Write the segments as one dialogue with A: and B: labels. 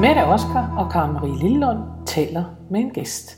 A: Mette Oskar og Karen Marie Lillelund taler med en gæst.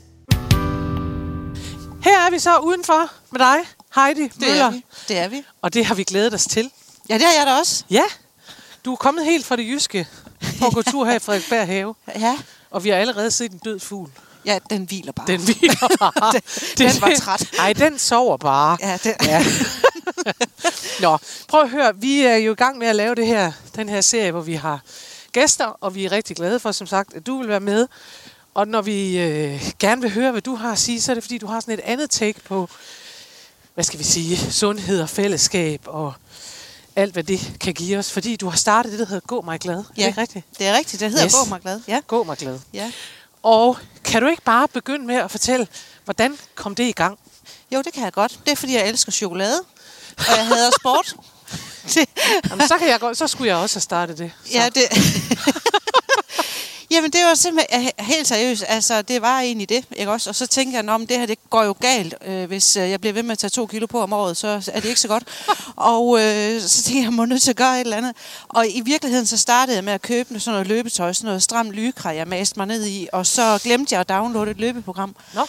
B: Her er vi så udenfor med dig, Heidi Møller.
C: Det er vi.
B: Og det har vi glædet os til.
C: Ja, det har jeg da også.
B: Ja, du er kommet helt fra det jyske for at gå tur her i Frederiksberg Have.
C: Ja.
B: Og vi har allerede set en død fugl.
C: Ja, den hviler bare.
B: Den hviler bare.
C: den var træt.
B: Nej, den sover bare.
C: Ja,
B: ja. Nå, prøv at høre. Vi er jo i gang med at lave den her serie, hvor vi har gæster, og vi er rigtig glade for, som sagt, at du vil være med. Og når vi gerne vil høre, hvad du har at sige, så er det fordi, du har sådan et andet take på, hvad skal vi sige, sundhed og fællesskab og alt, hvad det kan give os. Fordi du har startet det, der hedder Gå mig glad.
C: Ja,
B: er det rigtigt?
C: Det er rigtigt. Det hedder Gå mig glad. Ja.
B: Gå mig glad.
C: Ja.
B: Og kan du ikke bare begynde med at fortælle, hvordan kom det i gang?
C: Jo, det kan jeg godt. Det er, fordi jeg elsker chokolade, og jeg hader sport.
B: Jamen, så skulle jeg også have startet det. Så.
C: Ja, det... Jamen, det var simpelthen helt seriøst. Altså, det var egentlig det, ikke også? Og så tænker jeg, det her, det går jo galt. Hvis jeg bliver ved med at tage 2 kilo på om året, så er det ikke så godt. Og så tænker jeg må nødt til at gøre et eller andet. Og i virkeligheden, så startede jeg med at købe sådan noget løbetøj, sådan noget stram Lycra, jeg maste mig ned i. Og så glemte jeg at downloade et løbeprogram.
B: Nå.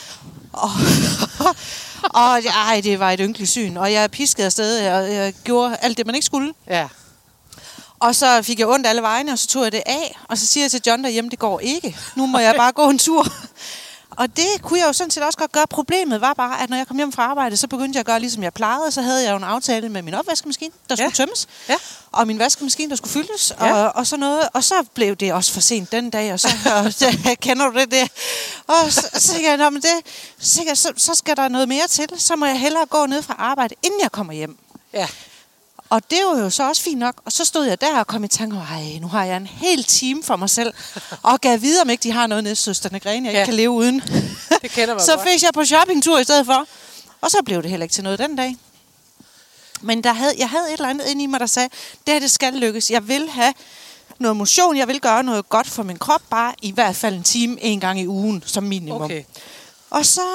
C: Og det var et ynkeligt syn. Og jeg piskede afsted, og jeg gjorde alt det, man ikke skulle.
B: Ja.
C: Og så fik jeg ondt alle vegne, og så tog jeg det af. Og så siger jeg til John derhjemme, det går ikke. Nu må jeg bare gå en tur. Og det kunne jeg jo sådan set også godt gøre. Problemet var bare, at når jeg kom hjem fra arbejde, så begyndte jeg at gøre, ligesom jeg plejede. Så havde jeg jo en aftale med min opvaskemaskine, der skulle tømmes. Ja. Og min vaskemaskine, der skulle fyldes. Ja. Og sådan noget. Og så blev det også for sent den dag. Og så kender du det der. Og så tænkte jeg, så skal der noget mere til. Så må jeg hellere gå ned fra arbejde, inden jeg kommer hjem.
B: Ja.
C: Og det var jo så også fint nok. Og så stod jeg der og kom i tanke om, nu har jeg en hel time for mig selv. Og gav videre, om ikke de har noget nede Søsterne Grene, jeg ikke kan leve uden.
B: Det kender man
C: så fik jeg på shoppingtur i stedet for. Og så blev det heller ikke til noget den dag. Men jeg havde et eller andet inde i mig, der sagde, det skal lykkes. Jeg vil have noget motion. Jeg vil gøre noget godt for min krop. Bare i hvert fald en time, 1 gang i ugen, som minimum.
B: Okay.
C: Og så,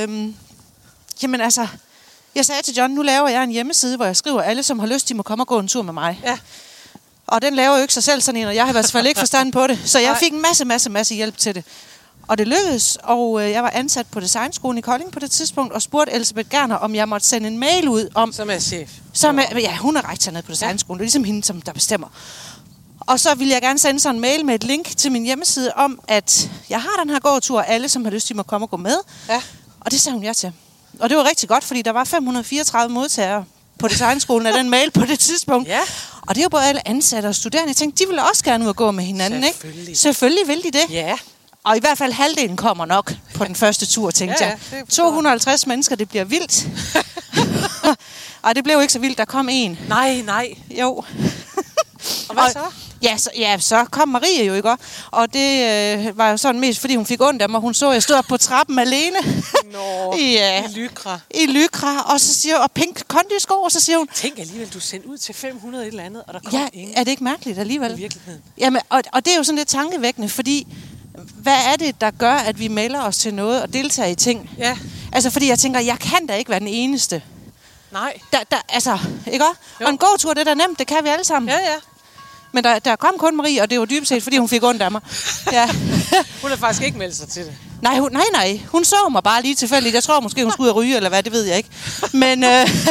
C: jeg sagde til John, nu laver jeg en hjemmeside, hvor jeg skriver, alle som har lyst, de må komme og gå en tur med mig.
B: Ja.
C: Og den laver jo ikke sig selv sådan en, og jeg har i hvert fald ikke forstand på det. Så jeg fik en masse hjælp til det. Og det lykkedes, og jeg var ansat på Designskolen i Kolding på det tidspunkt, og spurgte Elisabeth Gerner, om jeg måtte sende en mail ud om...
B: Som er chef.
C: Hun er rektor nede på Designskolen. Det er ligesom hende, der bestemmer. Og så ville jeg gerne sende sådan en mail med et link til min hjemmeside om, at jeg har den her gåtur, og alle som har lyst, de må komme og gå med. Ja. Og det sagde hun ja til. Og det var rigtig godt, fordi der var 534 modtagere på Designskolen af den mail på det tidspunkt. Ja. Og det er jo både alle ansatte og studerende. Jeg tænkte, de ville også gerne ud og gå med hinanden, ikke? Selvfølgelig vil de det.
B: Ja.
C: Og i hvert fald halvdelen kommer nok på den første tur, tænkte jeg. 250 mennesker, det bliver vildt. Og det blev ikke så vildt, der kom en.
B: Nej.
C: Jo.
B: Og hvad så?
C: Så kom Marie jo, ikke? Og det var jo sådan mest, fordi hun fik ondt af mig. Hun så, jeg stod op på trappen alene.
B: Nå,
C: ja, i Lycra. Og så siger hun, og pink kondisko, og så siger hun...
B: Tænk alligevel, du sendte ud til 500 et eller andet, og der kom ingen.
C: Er det ikke mærkeligt alligevel?
B: I virkeligheden.
C: Jamen, og det er jo sådan lidt tankevækkende, fordi... Hvad er det, der gør, at vi melder os til noget og deltager i ting? Ja. Altså, fordi jeg tænker, jeg kan da ikke være den eneste.
B: Nej.
C: Ikke? Og en gåtur, det er da nemt, det kan vi alle sammen.
B: Ja.
C: Men der kom kun Marie, og det var dybest set, fordi hun fik ondt af mig. Ja.
B: Hun har faktisk ikke meldt sig til det.
C: Nej. Hun så mig bare lige tilfældigt. Jeg tror måske, hun skulle ud og ryge, eller hvad, det ved jeg ikke. Men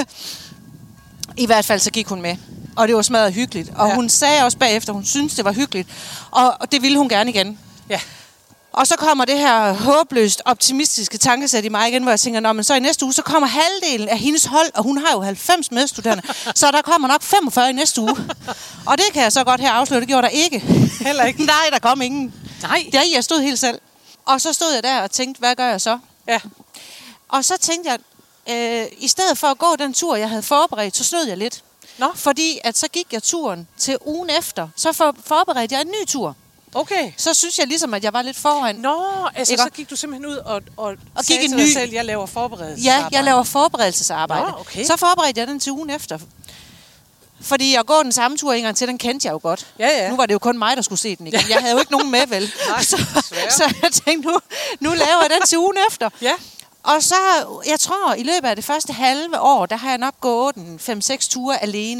C: i hvert fald, så gik hun med. Og det var smadret hyggeligt. Og hun sagde også bagefter, hun syntes, det var hyggeligt. Og det ville hun gerne igen. Ja. Og så kommer det her håbløst optimistiske tankesæt i mig igen, hvor jeg tænker, men så i næste uge, så kommer halvdelen af hendes hold, og hun har jo 90 medstuderende, så der kommer nok 45 i næste uge. Og det kan jeg så godt her afsløre, det gjorde der ikke.
B: Heller ikke?
C: Nej, der kom ingen.
B: Nej.
C: Jeg stod helt selv. Og så stod jeg der og tænkte, hvad gør jeg så? Ja. Og så tænkte jeg, i stedet for at gå den tur, jeg havde forberedt, så snød jeg lidt. Fordi at så gik jeg turen til ugen efter, så forberedte jeg en ny tur.
B: Okay.
C: Så synes jeg ligesom, at jeg var lidt foran.
B: Så gik du simpelthen ud og sagde til dig selv, jeg laver forberedelsesarbejde.
C: Ja, jeg laver forberedelsesarbejde.
B: Okay.
C: Så forberedte jeg den til ugen efter. Fordi at gå den samme tur en gang til, den kendte jeg jo godt.
B: Ja.
C: Nu var det jo kun mig, der skulle se den igen. Jeg havde jo ikke nogen med, vel?
B: Nej,
C: så jeg tænkte, nu laver jeg den til ugen efter. Ja. Og så, jeg tror, i løbet af det første halve år, der har jeg nok gået 5-6 ture alene.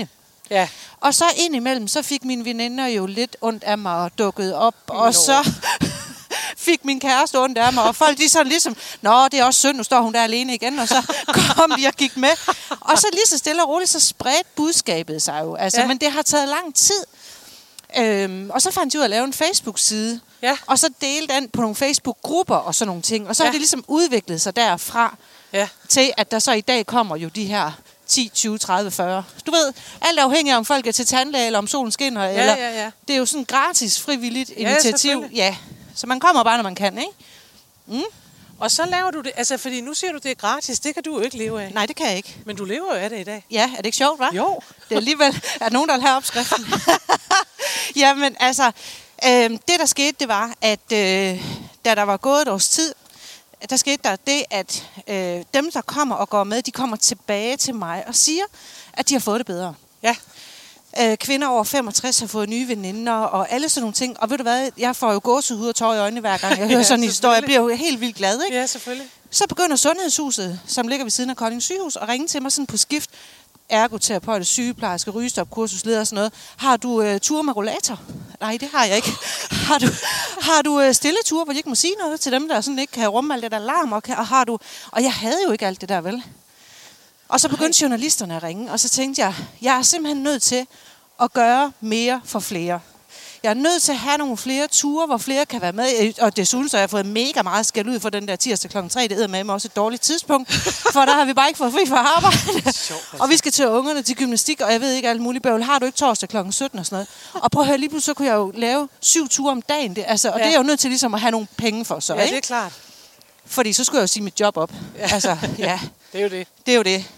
B: Ja.
C: Og så indimellem, så fik mine veninder jo lidt ondt af mig og dukket op, og så fik min kæreste ondt af mig, og folk de sådan ligesom, nå, det er også synd, nu står hun der alene igen, og så kom de og gik med. Og så lige så stille og roligt, så spredte budskabet sig jo, altså, men det har taget lang tid. Og så fandt jeg ud af at lave en Facebook-side, og så dele den på nogle Facebook-grupper og sådan nogle ting, og så har det ligesom udviklet sig derfra til, at der så i dag kommer jo de her 10, 20, 30, 40. Du ved, alt afhængig af, om folk er til tandlæge, eller om solen skinner, eller det er jo sådan et gratis, frivilligt initiativ. Ja, så man kommer bare, når man kan, ikke? Mm.
B: Og så laver du det, altså fordi nu siger du, det er gratis, det kan du jo ikke leve af.
C: Nej, det kan jeg ikke.
B: Men du lever jo af det i dag.
C: Ja, er det ikke sjovt, hva'?
B: Jo.
C: Det er alligevel, er nogen, der vil have opskriften? Jamen, altså, det der skete, det var, at da der var gået et års tid, der skete der det, at dem, der kommer og går med, de kommer tilbage til mig og siger, at de har fået det bedre.
B: Ja.
C: Kvinder over 65 har fået nye veninder og alle sådan nogle ting. Og ved du hvad, jeg får jo gåsehud og tår i øjnene hver gang jeg hører sådan en historie. Jeg bliver jo helt vildt glad, ikke?
B: Ja, selvfølgelig.
C: Så begynder Sundhedshuset, som ligger ved siden af Kolding Sygehus, at ringe til mig sådan på skift. Ergoterapeut, sygeplejerske, rygestop, kursusleder og sådan noget. Har du tur med rollator? Nej, det har jeg ikke. Har du stille tur, hvor de ikke må sige noget til dem, der sådan ikke kan rumme alt det der larm? Og har du... Og jeg havde jo ikke alt det der, vel? Og så begyndte journalisterne at ringe, og så tænkte jeg er simpelthen nødt til at gøre mere for flere. Jeg er nødt til at have nogle flere ture, hvor flere kan være med. Og desuden så har jeg fået mega meget skæld ud for den der tirsdag kl. 3. Det med mig også et dårligt tidspunkt, for der har vi bare ikke fået fri fra arbejde. Og vi skal til ungerne til gymnastik, og jeg ved ikke alt muligt bøvl. Har du ikke torsdag kl. 17 og sådan noget? Og prøv at høre, lige pludselig så kunne jeg jo lave 7 ture om dagen. Det, altså, og det er jeg jo nødt til ligesom at have nogle penge for. Så,
B: ja, det er klart.
C: Fordi så skulle jeg jo sige mit job op.
B: Ja.
C: Altså, ja.
B: Det er jo det.
C: Det er jo det.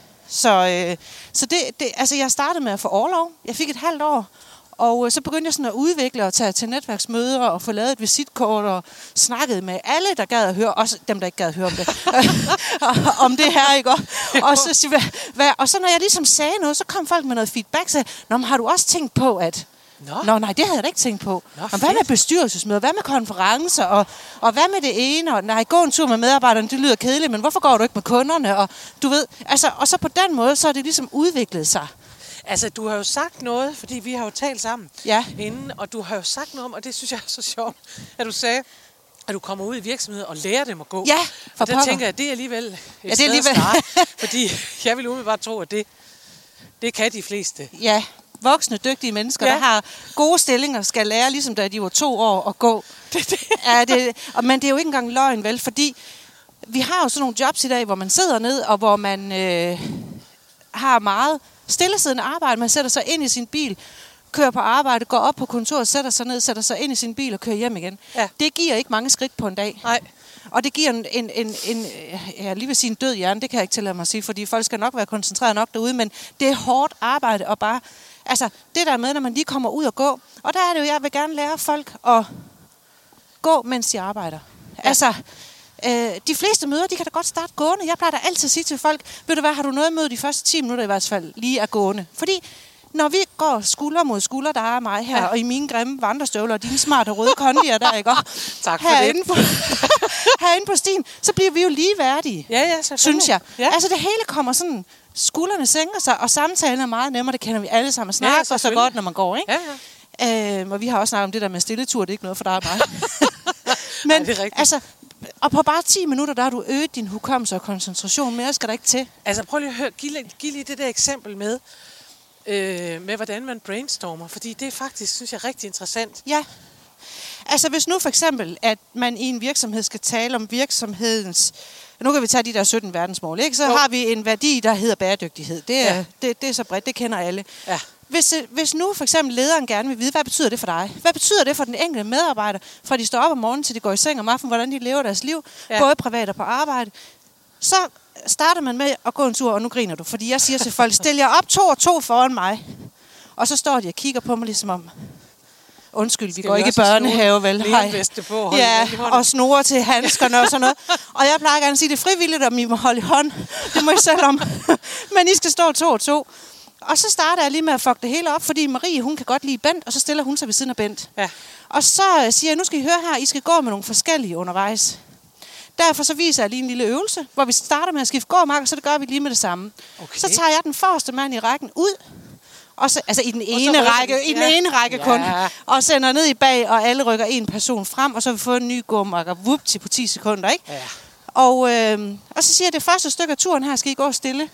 C: Så altså jeg startede med at få orlov. Jeg fik et halvt år. Og så begyndte jeg sådan at udvikle og tage til netværksmøder og få lavet et visitkort og snakket med alle, der gad at høre, også dem, der ikke gad at høre om det, om det her, ikke? Og så når jeg ligesom sagde noget, så kom folk med noget feedback, så nå, men har du også tænkt på, at Nå, nej, det havde jeg da ikke tænkt på. Hvad med bestyrelsesmøder? Hvad med konferencer? Og hvad med det ene? Og nej, gå en tur med medarbejderne, det lyder kedeligt, men hvorfor går du ikke med kunderne? Og du ved, altså, og så på den måde, så er det ligesom udviklet sig.
B: Altså, du har jo sagt noget, fordi vi har jo talt sammen inden, og du har jo sagt noget om, og det synes jeg er så sjovt, at du sagde, at du kommer ud i virksomheder og lærer dem at gå.
C: Ja,
B: for der tænker jeg, at det er alligevel et sted at starte, fordi jeg vil umiddelbart tro, at det kan de fleste.
C: Ja, voksne, dygtige mennesker, der har gode stillinger, skal lære, ligesom da de var 2 år, at gå. Men det er jo ikke engang løgn, vel? Fordi vi har jo sådan nogle jobs i dag, hvor man sidder ned, og hvor man har meget stillesiddende arbejde. Man sætter sig ind i sin bil, kører på arbejde, går op på kontoret, sætter sig ned, sætter sig ind i sin bil og kører hjem igen. Ja. Det giver ikke mange skridt på en dag.
B: Nej.
C: Og det giver jeg lige vil sige en død hjerne, det kan jeg ikke tillade mig at sige, fordi folk skal nok være koncentreret nok derude, men det er hårdt arbejde og bare, altså det der med, når man lige kommer ud og gå, og der er det jo, jeg vil gerne lære folk at gå, mens de arbejder. Ja. Altså, de fleste møder, de kan da godt starte gående. Jeg plejer da altid at sige til folk, ved du hvad, har du noget med de første 10 minutter i hvert fald lige er gående? Fordi når vi går skulder mod skulder, der er mig her, og i mine grimme vandrestøvler og dine smarte røde kondier der, ikke?
B: Tak for herinde
C: herinde på stien, så bliver vi jo ligeværdige, synes jeg.
B: Ja.
C: Altså det hele kommer sådan, skuldrene sænker sig, og samtalen er meget nemmere, det kender vi alle sammen. Snakker så godt, når man går, ikke? Ja. Og vi har også snakket om det der med stilletur, det er ikke noget for dig og mig. Men nej, det er rigtigt. Altså, og på bare 10 minutter, der har du øget din hukommelse og koncentration. Mere skal der ikke til.
B: Altså prøv lige at høre, giv lige det der eksempel med hvordan man brainstormer. Fordi det er faktisk, synes jeg, rigtig interessant.
C: Ja. Altså hvis nu for eksempel, at man i en virksomhed skal tale om virksomhedens... Nu kan vi tage de der 17 verdensmål, ikke? Så har vi en værdi, der hedder bæredygtighed. Det er så bredt, det kender alle. Ja. Hvis nu for eksempel lederen gerne vil vide, hvad betyder det for dig? Hvad betyder det for den enkelte medarbejder, fra de står op om morgenen til de går i seng om aftenen, hvordan de lever deres liv, både privat og på arbejde? Så starter man med at gå en tur, og nu griner du, fordi jeg siger til folk, stil jer op 2 og 2 foran mig. Og så står de og kigger på mig ligesom om, undskyld, vi går ikke i børnehave, vel? Ja, og snore til handskerne og sådan noget. Og jeg plejer gerne at sige, det er frivilligt, om I må holde i hånd. Det må I selv om. Men I skal stå 2 og 2. Og så starter jeg lige med at fuck det hele op, fordi Marie, hun kan godt lide Bent, og så stiller hun sig ved siden af Bent. Ja. Og så siger jeg, nu skal I høre her, I skal gå med nogle forskellige undervejs. Derfor så viser jeg lige en lille øvelse, hvor vi starter med at skifte gårdmarker, så det gør vi lige med det samme. Okay. Så tager jeg den forreste mand i rækken ud, Og så, altså i den ene række kun. Og sender ned i bag, og alle rykker en person frem, og så vil vi få en ny gummakker, vupti, på 10 sekunder, ikke?
B: Ja.
C: Og så siger jeg, det første stykke af turen her, skal I gå stille.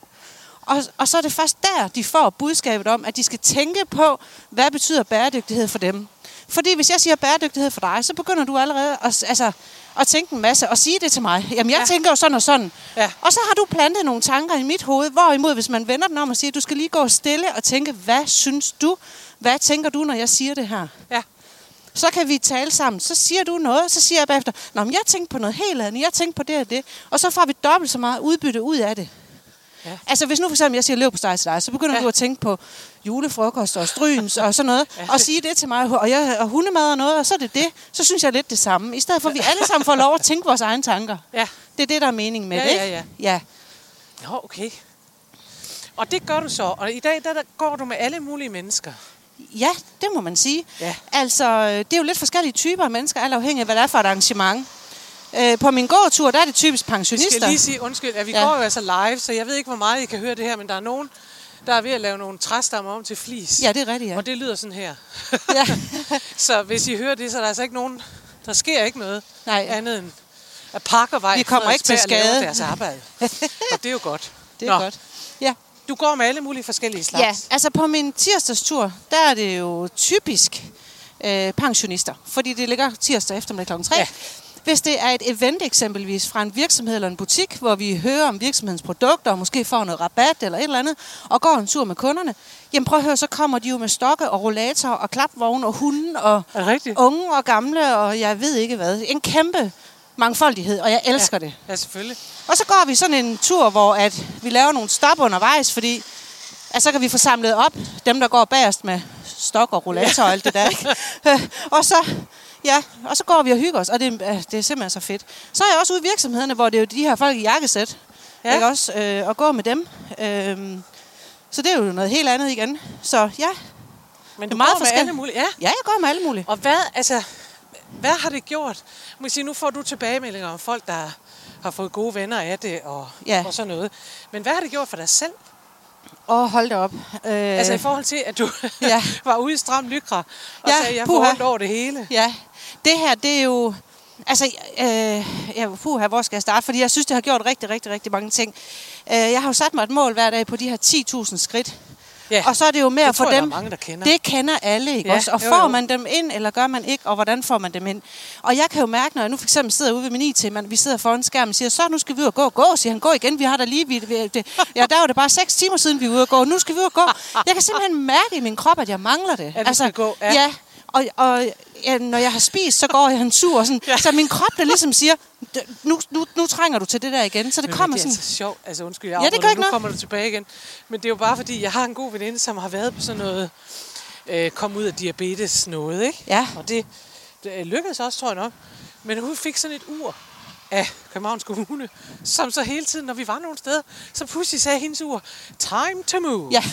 C: Og så er det først der, de får budskabet om, at de skal tænke på, hvad betyder bæredygtighed for dem. Fordi hvis jeg siger bæredygtighed for dig, så begynder du allerede at tænke en masse og sige det til mig. Jamen, jeg tænker jo sådan og sådan. Ja. Og så har du plantet nogle tanker i mit hoved, hvorimod hvis man vender den om og siger, du skal lige gå stille og tænke, hvad synes du? Hvad tænker du, når jeg siger det her? Ja. Så kan vi tale sammen. Så siger du noget, så siger jeg bagefter, nå, men jeg tænker på noget helt andet, jeg tænker på det og det. Og så får vi dobbelt så meget udbytte ud af det. Ja. Altså hvis nu for eksempel jeg siger leverpostej til dig, så begynder du at tænke på julefrokost og stryns og sådan noget, og sige det til mig, og hundemad og noget, og så er det. Så synes jeg lidt det samme. I stedet for, at vi alle sammen får lov at tænke vores egne tanker. Ja. Det er det, der er meningen med det, ikke? Ja.
B: Nå, okay. Og det gør du så, og i dag der går du med alle mulige mennesker.
C: Ja, det må man sige. Ja. Altså, det er jo lidt forskellige typer af mennesker, alt afhængig af, hvad det er for et arrangement. På min gåtur, der er det typisk pensionister.
B: Jeg skal lige sige, undskyld, at vi går jo altså live, så jeg ved ikke, hvor meget I kan høre det her, men der er nogen, der er ved at lave nogle træstammer om til flis.
C: Ja, det er rigtigt, ja.
B: Og det lyder sådan her. Ja. Så hvis I hører det, så er der altså ikke nogen, der sker ikke noget andet end at Parkervej.
C: Vi kommer ikke til skade.
B: Deres arbejde. Og det er jo godt.
C: Det er godt. Ja.
B: Du går med alle mulige forskellige slags.
C: Ja, altså på min tirsdagstur, der er det jo typisk pensionister, fordi det ligger tirsdag eftermiddag kl. 3. Ja. Hvis det er et event eksempelvis fra en virksomhed eller en butik, hvor vi hører om virksomhedens produkter, og måske får noget rabat eller et eller andet, og går en tur med kunderne, jamen prøv at høre, så kommer de jo med stokke og rollator og klapvogne og hunde og unge og gamle, og jeg ved ikke hvad. En kæmpe mangfoldighed, og jeg elsker det.
B: Ja, selvfølgelig.
C: Og så går vi sådan en tur, hvor at vi laver nogle stop undervejs, fordi så kan vi få samlet op dem, der går bagerst med stok og rollator og alt det der, ikke? Og så går vi og hygger os, og det er simpelthen så fedt. Så er jeg også ude i virksomhederne, hvor det er jo de her folk i jakkesæt, ikke også, og gå med dem. Så det er jo noget helt andet igen. Så ja,
B: men du går med alle mulige? Ja,
C: jeg går med alle mulige.
B: Og hvad har det gjort? Må jeg sige, nu får du tilbagemeldinger om folk, der har fået gode venner af det og sådan noget. Men hvad har det gjort for dig selv?
C: Hold da op.
B: Altså i forhold til, at du var ude i stram lykra, og sagde, jeg får ondt over det hele.
C: Ja, det her, det er jo... Altså, hvor skal jeg starte? Fordi jeg synes, det har gjort rigtig, rigtig, rigtig mange ting. Jeg har jo sat mig et mål hver dag på de her 10.000 skridt. Ja. Og så er det jo med at få dem...
B: Mange, der kender.
C: Det kender alle, ikke også? Og får man dem ind, eller gør man ikke, og hvordan får man dem ind? Og jeg kan jo mærke, når jeg nu for eksempel sidder ude ved min IT-mand, vi sidder foran skærmen og siger, så nu skal vi ud og gå, siger han, gå igen, vi har der lige... der var det bare 6 timer siden, vi var ude og gå, nu skal vi ud og gå. Jeg kan simpelthen mærke i min krop, at jeg mangler det.
B: At du skal gå,
C: og når jeg har spist, så går jeg en tur. Og sådan, så min krop, der ligesom siger, nu trænger du til det der igen. Så det kommer sådan...
B: Det er så sjovt. Altså undskyld, jeg afbryder, nu kommer du tilbage igen. Men det er jo bare fordi, jeg har en god veninde, som har været på sådan noget, kom ud af diabetes noget, ikke?
C: Ja.
B: Og det lykkedes også, tror jeg nok. Men hun fik sådan et ur af Københavns Kommune, som så hele tiden, når vi var nogle steder, så pludselig sagde hendes ur, time to move. Ja.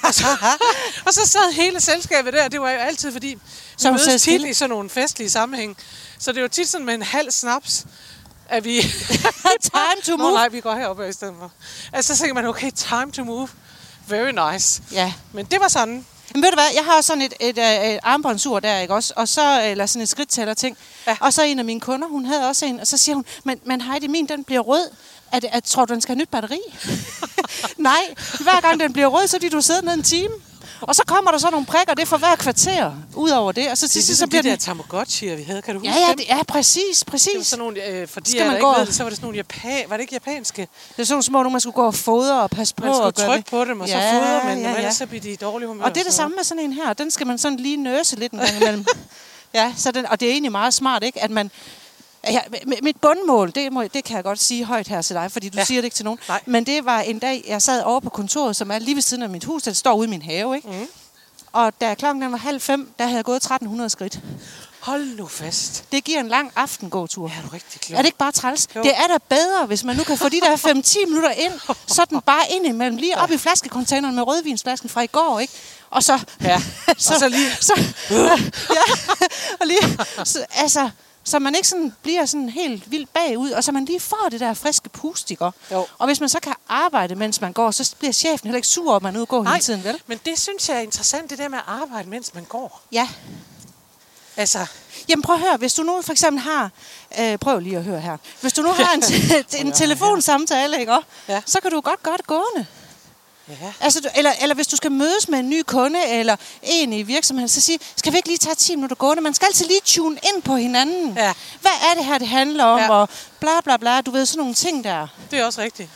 B: og så sad hele selskabet der, det var jo altid fordi, vi mødes tit i sådan nogle festlige sammenhæng. Så det var tit sådan med en halv snaps, at vi...
C: time to move.
B: Nej, vi går heroppe i stedet for. Altså så tænker man, okay, time to move. Very nice.
C: Ja.
B: Men det var sådan...
C: Men ved du hvad, jeg har sådan et armbåndsur der, ikke også? Og så, eller sådan et skridttæller ting. Ja. Og så en af mine kunder, hun havde også en, og så siger hun, men Heidi, min, den bliver rød. Tror du, den skal have nyt batteri? Nej, hver gang den bliver rød, så fordi du sidder ned en time. Og så kommer der så nogle prikker, det er for hver kvarter, ud over det. Og så til sidst så bliver
B: det der Tamagotchi'er, vi havde, kan du huske dem?
C: Ja, præcis.
B: Det var sådan nogle, fordi jeg ikke ved det, så var det sådan nogle var det ikke japanske?
C: Det er sådan nogle små, man skulle gå og fodre og passe på.
B: Man skulle trykke på dem, og så fodre man dem, ellers så bliver de i dårlig humør.
C: Og det er det samme med sådan en her. Den skal man sådan lige nøse lidt en gang imellem. Og det er egentlig meget smart, ikke? At man... Ja, mit bundmål, det kan jeg godt sige højt her til dig, fordi du siger det ikke til nogen. Nej. Men det var en dag, jeg sad over på kontoret, som er lige ved siden af mit hus, der står ude i min have, ikke? Mm. Og da klokken var 4:30, der havde jeg gået 1300 skridt.
B: Hold nu fast.
C: Det giver en lang aftengåtur.
B: Ja, du er rigtig klog.
C: Er det ikke bare træls? Jo. Det er da bedre, hvis man nu kan få de der 5-10 minutter ind, sådan bare ind imellem, lige op i flaskecontaineren med rødvinsflasken fra i går, ikke? Og så...
B: Ja, og så lige...
C: Så man ikke sådan bliver sådan helt vildt bagud, og så man lige får det der friske pust, ikke? Og hvis man så kan arbejde, mens man går, så bliver chefen heller ikke sur, om man udgår hele tiden, vel?
B: Men det synes jeg er interessant, det der med at arbejde, mens man går.
C: Ja.
B: Altså...
C: Jamen prøv at høre, hvis du nu for eksempel har... prøv lige at høre her. Hvis du nu har en telefonsamtale, ikke?
B: Ja.
C: Så kan du godt gøre det gående.
B: Ja.
C: Altså, eller hvis du skal mødes med en ny kunde, eller en i virksomheden, så sig, skal vi ikke lige tage 10 minutter gående? Man skal altid lige tune ind på hinanden.
B: Ja.
C: Hvad er det her, det handler om?
B: Ja.
C: Og bla bla bla, du ved, sådan nogle ting der.
B: Det er også rigtigt.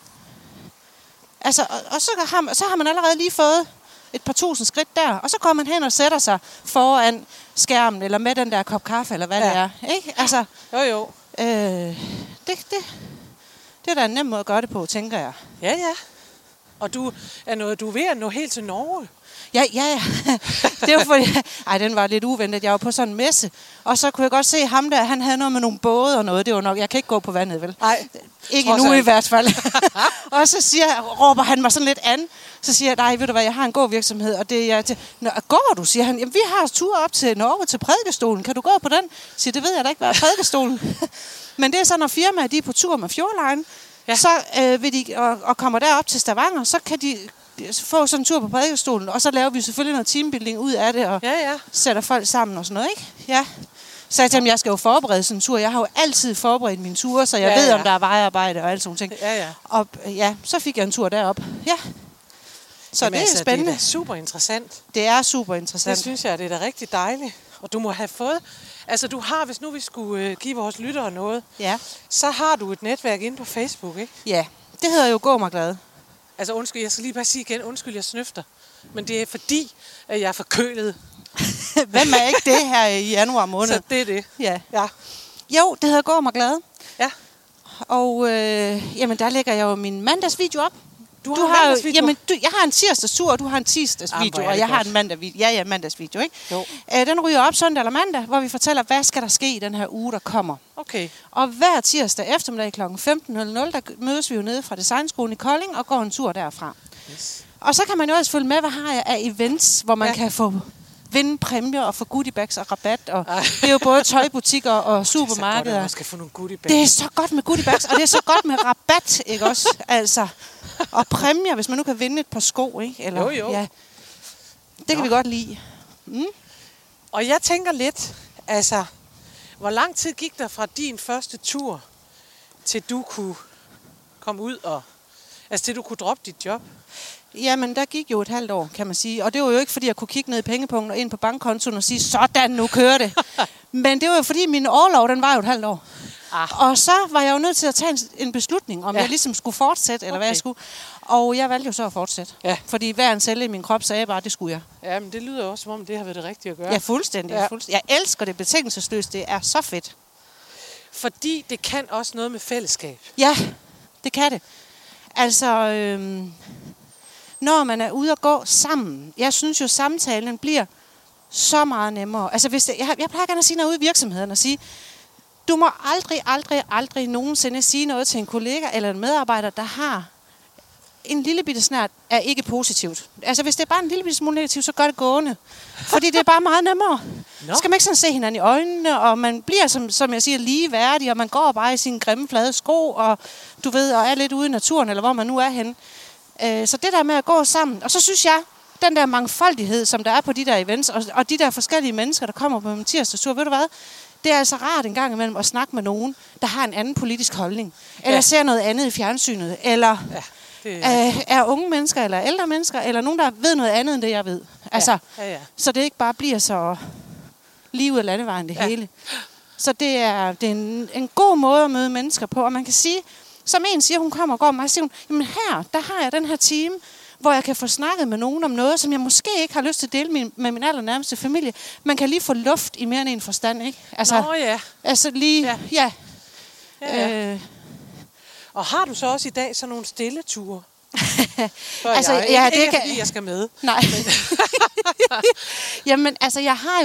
C: Altså, og så har man allerede lige fået et par tusind skridt der, og så går man hen og sætter sig foran skærmen, eller med den der kop kaffe, eller hvad det er. Ikke? Altså,
B: Jo.
C: det er da en nem måde at gøre det på, tænker jeg.
B: Ja. Og du er ved at nå helt til Norge.
C: Ja. Det var fordi... Ej, den var lidt uventet. Jeg var på sådan en messe, og så kunne jeg godt se ham der, han havde noget med nogle både og noget. Det var nok... Jeg kan ikke gå på vandet, vel?
B: Nej.
C: Ikke endnu i hvert fald. Og så råber han mig sådan lidt an. Så siger jeg, nej, ved du hvad, jeg har en god virksomhed, og det er til... Nå, går du, siger han. Jamen, vi har tur op til Norge til Prædikestolen. Kan du gå på den? Siger, det ved jeg da ikke, hvad er Prædikestolen. Men det er så, når firmaer de er på tur med Fjordline, så vil de, og kommer derop til Stavanger, så kan de få sådan en tur på Prædikestolen, og så laver vi selvfølgelig noget teambuilding ud af det, og sætter folk sammen og sådan noget, ikke? Ja. Så jeg tænkte, jeg skal jo forberede sådan en tur. Jeg har jo altid forberedt mine ture, så jeg ved, om der er vejarbejde og alt sådan ting.
B: Ja.
C: Og så fik jeg en tur derop. Ja. Så jamen, det er spændende.
B: Det er super interessant.
C: Det er super interessant.
B: Det synes jeg, det er da rigtig dejligt. Og du må have fået... Altså, du har, hvis nu vi skulle give vores lyttere noget, så har du et netværk inde på Facebook, ikke?
C: Ja, det hedder jo Gå mig glad.
B: Altså, undskyld, jeg skal lige bare sige igen, undskyld, jeg snøfter. Men det er fordi, at jeg er forkølet.
C: Hvem er ikke det her i januar måned?
B: Så det er det.
C: Ja.
B: Ja.
C: Jo, det hedder Gå mig glad.
B: Ja.
C: Og jamen, der lægger jeg jo min mandagsvideo op.
B: Du har mandagsvideo?
C: Jamen, jeg har en tirsdagstur, og du har en tirsdagsvideo, og jeg har en mandagsvideo. Ja, mandagsvideo, ikke?
B: Jo.
C: Den ryger op søndag eller mandag, hvor vi fortæller, hvad skal der ske i den her uge, der kommer.
B: Okay.
C: Og hver tirsdag eftermiddag kl. 15.00, der mødes vi jo nede fra Designskolen i Kolding og går en tur derfra. Yes. Og så kan man jo også følge med, hvad har jeg af events, hvor man kan få vinde præmier og få goodiebags og rabat. Og det er jo både tøjbutikker og supermarkeder. Det er så godt, at man skal
B: få nogle goodiebags.
C: Det er så godt med goodiebags, og det er så godt med rabat, ikke også? Altså, og præmier, hvis man nu kan vinde et par sko, ikke? Eller,
B: jo.
C: Ja, det kan vi godt lide. Mm.
B: Og jeg tænker lidt, altså, hvor lang tid gik der fra din første tur, til du kunne komme ud og... Altså, til du kunne droppe dit job?
C: Jamen, der gik jo et halvt år, kan man sige. Og det var jo ikke, fordi jeg kunne kigge ned i pengepunkten og ind på bankkontoen og sige, sådan, nu kører det. Men det var jo, fordi min overlov, den var jo et halvt år. Og så var jeg jo nødt til at tage en beslutning, om jeg ligesom skulle fortsætte, eller hvad jeg skulle. Og jeg valgte jo så at fortsætte. Ja. Fordi hver en celle i min krop sagde bare, at det skulle jeg.
B: Ja, men det lyder også, som om det har været det rigtige at gøre.
C: Ja, fuldstændig. Jeg elsker det betingelsesløst. Det er så fedt.
B: Fordi det kan også noget med fællesskab.
C: Ja, det kan det. Altså, når man er ude at gå sammen. Jeg synes jo, samtalen bliver så meget nemmere. Altså, hvis jeg plejer gerne at sige noget ude i virksomheden og sige, du må aldrig nogensinde sige noget til en kollega eller en medarbejder, der har en lille bitte snert, er ikke positivt. Altså, hvis det er bare en lille bitte smule negativt, så gør det gående. Fordi det er bare meget nemmere. Så skal man ikke sådan se hinanden i øjnene, og man bliver, som jeg siger, ligeværdig, og man går bare i sine grimme, flade sko, og du ved, og er lidt ude i naturen, eller hvor man nu er henne. Så det der med at gå sammen. Og så synes jeg, den der mangfoldighed, som der er på de der events, og de der forskellige mennesker, der kommer på en tirsdagstur, ved du hvad? Det er altså rart en gang imellem at snakke med nogen, der har en anden politisk holdning. Eller ser noget andet i fjernsynet. Eller er unge mennesker, eller ældre mennesker, eller nogen, der ved noget andet, end det jeg ved. Altså, så det ikke bare bliver så lige ud af landevejen det hele. Så det er en god måde at møde mennesker på. Og man kan sige, som en siger, hun kommer og går med mig, og siger hun, jamen her, der har jeg den her time, hvor jeg kan få snakket med nogen om noget, som jeg måske ikke har lyst til at dele med min allernærmeste familie. Man kan lige få luft i mere end en forstand, ikke? Altså, altså lige,
B: Og har du så også i dag sådan nogle stilleture?
C: Altså,
B: det ikke fordi jeg skal med.
C: Nej. Jamen, altså, jeg har jo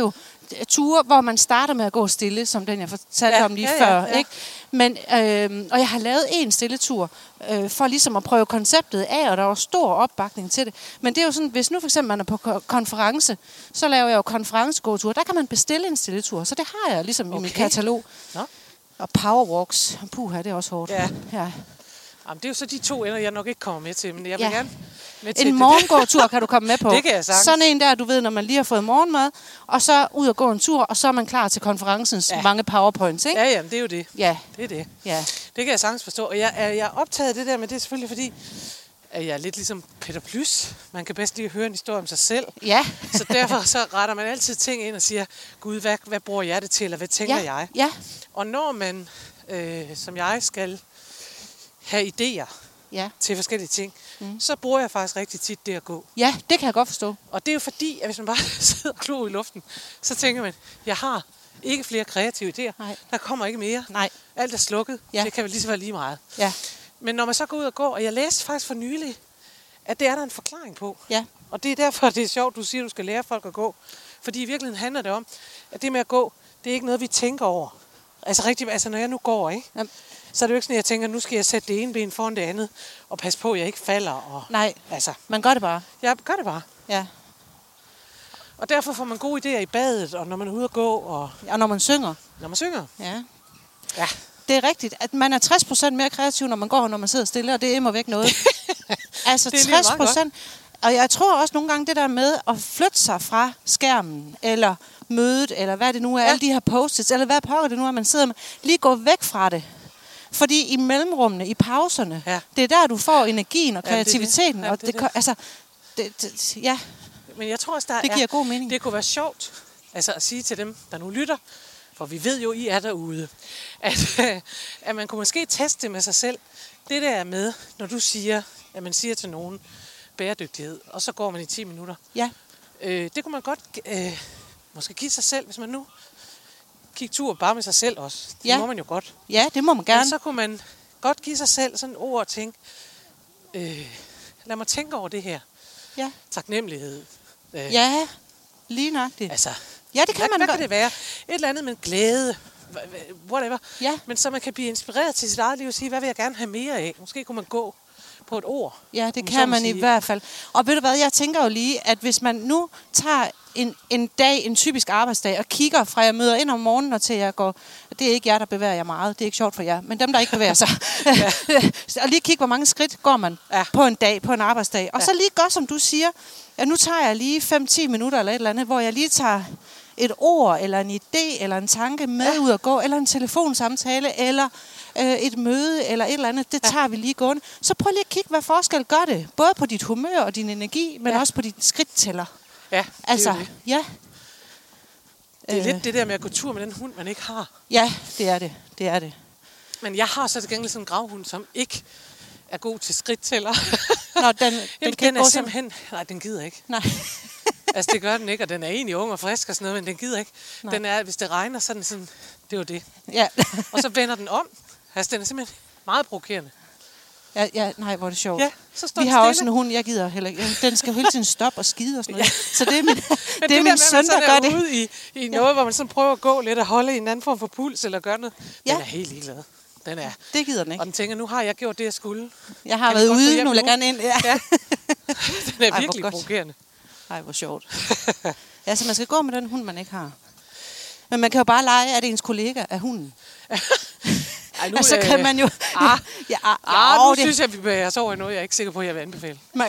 C: ture, hvor man starter med at gå stille, som den jeg fortalte om lige før. Ikke? Men, og jeg har lavet en stilletur, for ligesom at prøve konceptet af, og der var stor opbakning til det. Men det er jo sådan, hvis nu for eksempel man er på konference, så laver jeg jo konferencegåtur. Der kan man bestille en stilletur, så det har jeg ligesom i mit katalog. Nå. Og powerwalks. Puha, det er også hårdt. Ja.
B: Jamen, det er jo så de 2 ender, jeg nok ikke kommer med til, men jeg vil gerne med til
C: en morgengåtur kan du komme med på.
B: Det kan jeg sagtens.
C: Sådan en der, du ved, når man lige har fået morgenmad, og så ud og gå en tur, og så er man klar til konferencens mange powerpoints, ikke?
B: Ja, jamen, det er jo det.
C: Ja.
B: Det er det.
C: Ja.
B: Det kan jeg sagtens forstå. Og jeg er optaget det der, men det er selvfølgelig fordi, at jeg er lidt ligesom Peter Plys. Man kan bedst lige høre en historie om sig selv.
C: Ja.
B: Så derfor så retter man altid ting ind og siger, Gud, hvad bruger jeg det til, eller hvad tænker jeg?
C: Ja.
B: Og når man, som jeg skal have idéer til forskellige ting, så bruger jeg faktisk rigtig tit det at gå.
C: Ja, det kan jeg godt forstå.
B: Og det er jo fordi, at hvis man bare sidder og klog i luften, så tænker man, jeg har ikke flere kreative idéer.
C: Nej.
B: Der kommer ikke mere.
C: Nej.
B: Alt er slukket. Ja. Det kan vel lige så være lige meget.
C: Ja.
B: Men når man så går ud og går, og jeg læste faktisk for nylig, at det er der en forklaring på.
C: Ja.
B: Og det er derfor, det er sjovt, du siger, at du skal lære folk at gå. Fordi i virkeligheden handler det om, at det med at gå, det er ikke noget, vi tænker over. Altså når jeg nu går, ikke? Ja. Så er det jo ikke sådan, at jeg tænker, nu skal jeg sætte det ene ben foran det andet, og passe på, at jeg ikke falder. Og,
C: nej, man gør det bare.
B: Jeg gør det bare.
C: Ja.
B: Og derfor får man gode idéer i badet, og når man er ude at gå. Og
C: når man synger.
B: Når man synger.
C: Ja.
B: Ja.
C: Det er rigtigt, at man er 60% mere kreativ, når man går, når man sidder stille, og det er immer væk noget. Altså 60%. Og jeg tror også nogle gange det der med at flytte sig fra skærmen, eller mødet, eller hvad det nu er, alle de her post-its, eller hvad pokker det nu er, man sidder med, lige gå væk fra det. Fordi i mellemrummene, i pauserne, det er der, du får energien og kreativiteten. Og
B: Men jeg tror også,
C: det giver god mening.
B: Det kunne være sjovt at sige til dem, der nu lytter, for vi ved jo, I er derude, at man kunne måske teste det med sig selv. Det der med, når du siger, at man siger til nogen bæredygtighed, og så går man i 10 minutter.
C: Ja.
B: Det kunne man godt måske give sig selv, hvis man nu kigge tur bare med sig selv også. Det må man jo godt.
C: Ja, det må man gerne.
B: Men så kunne man godt give sig selv sådan et ord og tænke, lad mig tænke over det her.
C: Ja.
B: Taknemmelighed.
C: Ja, lige nøjagtigt.
B: Altså,
C: ja, det kan man
B: hvad
C: godt.
B: Kan det være? Et eller andet med glæde, whatever.
C: Ja.
B: Men så man kan blive inspireret til sit eget liv og sige, hvad vil jeg gerne have mere af? Måske kunne man gå på et ord.
C: Ja, det kan man i hvert fald. Og ved du hvad, jeg tænker jo lige, at hvis man nu tager en dag, en typisk arbejdsdag, og kigger fra jeg møder ind om morgenen og til jeg går, det er ikke jer, der bevæger jer meget, det er ikke sjovt for jer, men dem, der ikke bevæger sig. Og lige kigge, hvor mange skridt går man på en dag, på en arbejdsdag. Og så lige gør, som du siger, at nu tager jeg lige 5-10 minutter eller et eller andet, hvor jeg lige tager et ord, eller en idé, eller en tanke med ud at gå, eller en telefonsamtale, eller et møde, eller et eller andet, det tager vi lige gående. Så prøv lige at kigge, hvad forskel gør det, både på dit humør og din energi, men også på dit skridttæller.
B: Ja,
C: altså,
B: det.
C: Ja.
B: Det er lidt det der med at gå tur med den hund, man ikke har.
C: Ja, det er det. Det er det.
B: Men jeg har så til gengæld sådan en gravhund, som ikke er god til skridttæller.
C: Nå, den
B: er simpelthen... Nej, den gider ikke.
C: Nej.
B: Altså, det gør den ikke, og den er egentlig ung og frisk og sådan noget, men den gider ikke. Nej. Den er, hvis det regner, så er den sådan... Det er jo det.
C: Ja.
B: Og så vender den om. Altså, den er simpelthen meget provokerende.
C: Ja, nej, hvor er det sjovt.
B: Ja, så står
C: vi har også en hund, jeg gider heller ikke. Den skal hele tiden stoppe og skide og sådan noget. Så det er min søn, der gør det.
B: Ude i noget, hvor man sådan prøver at gå lidt og holde en anden form for puls eller gøre noget. Den er helt ligeglad. Den er.
C: Det gider den ikke.
B: Og den tænker, nu har jeg gjort det, jeg skulle.
C: Jeg har været ude, nu vil jeg gerne ind. Ja.
B: Den er virkelig provokerende.
C: Ej, hvor sjovt. Ja, så man skal gå med den hund, man ikke har. Men man kan jo bare lege, at ens kollega er hunden.
B: Ej, nu,
C: så kan man jo...
B: nu synes jeg, vi bevæger os over i noget, jeg er ikke sikker på, at jeg vil anbefale.
C: Men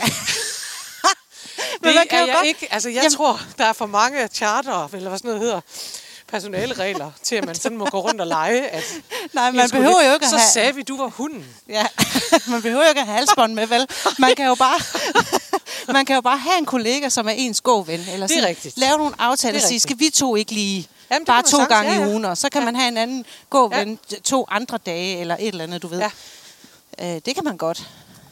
B: det er jeg ikke. Altså, jeg tror, der er for mange charter, eller hvad sådan noget hedder, personaleregler, til at man sådan må gå rundt og lege. At
C: nej, man behøver jo ikke at have...
B: Så sagde vi, du var hunden.
C: Ja, man behøver jo ikke at have halsbånd med, vel? Man kan jo bare have en kollega, som er ens gåven. Eller
B: det er rigtigt.
C: Lave nogle aftaler og sige, skal vi to ikke lige... Jamen, bare 2 gange i ugen, og så kan man have en anden gåven 2 andre dage, eller et eller andet, du ved. Ja. Det kan man godt.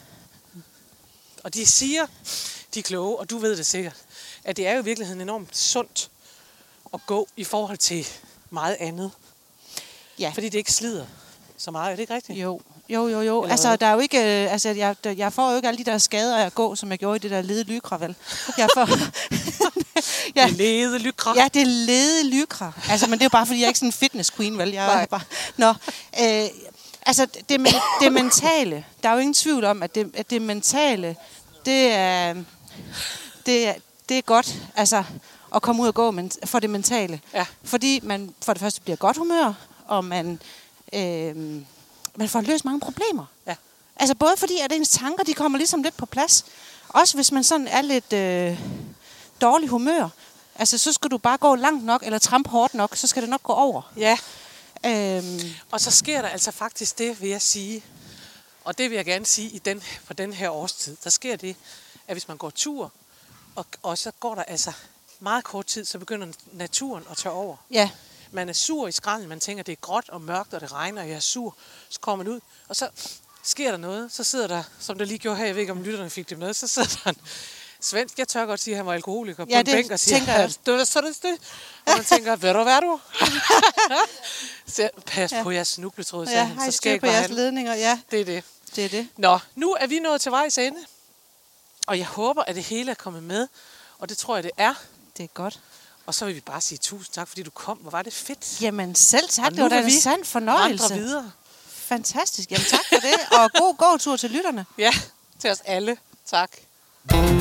B: Og de siger, de er kloge, og du ved det sikkert, at det er jo i virkeligheden enormt sundt at gå i forhold til meget andet. Ja. Fordi det ikke slider så meget, er det ikke rigtigt?
C: Jo. Altså, der er jo ikke... jeg får jo ikke alle de der skader af at gå, som jeg gjorde i det der lede lykra, vel?
B: Ja. Det er lede lykra.
C: Ja, det er lede lykra. Altså, men det er jo bare, fordi jeg er ikke sådan en fitness queen, vel? Jeg er bare... Nå, altså, det mentale. Der er jo ingen tvivl om, at det mentale, det er godt, altså, at komme ud og gå for det mentale. Ja. Fordi man for det første bliver godt humør, og man får løst mange problemer. Ja. Altså, både fordi, at ens tanker, de kommer ligesom lidt på plads. Også hvis man sådan er lidt dårlig humør. Altså, så skal du bare gå langt nok, eller trampe hårdt nok, så skal det nok gå over.
B: Ja. Og så sker der altså faktisk det, vil jeg sige, og det vil jeg gerne sige på den her årstid, der sker det, at hvis man går tur, og så går der altså meget kort tid, så begynder naturen at tage over. Ja. Man er sur i skralden, man tænker, det er gråt og mørkt, og det regner, og jeg er sur. Så kommer man ud, og så sker der noget. Så sidder der, som der lige gjorde her, jeg ved ikke, om lytterne fik det med, så sidder der en svensk, jeg tør godt sige, at han var alkoholiker på en bænk, og siger, så det. Og man tænker, hvad du? Så pas på jeres snubletråd,
C: så skal ikke på jeres ledninger, ja.
B: Det er det. Nå, nu er vi nået til vejs ende, og jeg håber, at det hele er kommet med, og det tror jeg, det er.
C: Det er godt. Og
B: så vil vi bare sige tusind tak, fordi du kom. Hvor var det fedt.
C: Jamen selv tak, det var da en sand fornøjelse.
B: Videre.
C: Fantastisk. Jamen tak for det, og god gåtur til lytterne.
B: Ja, til os alle. Tak.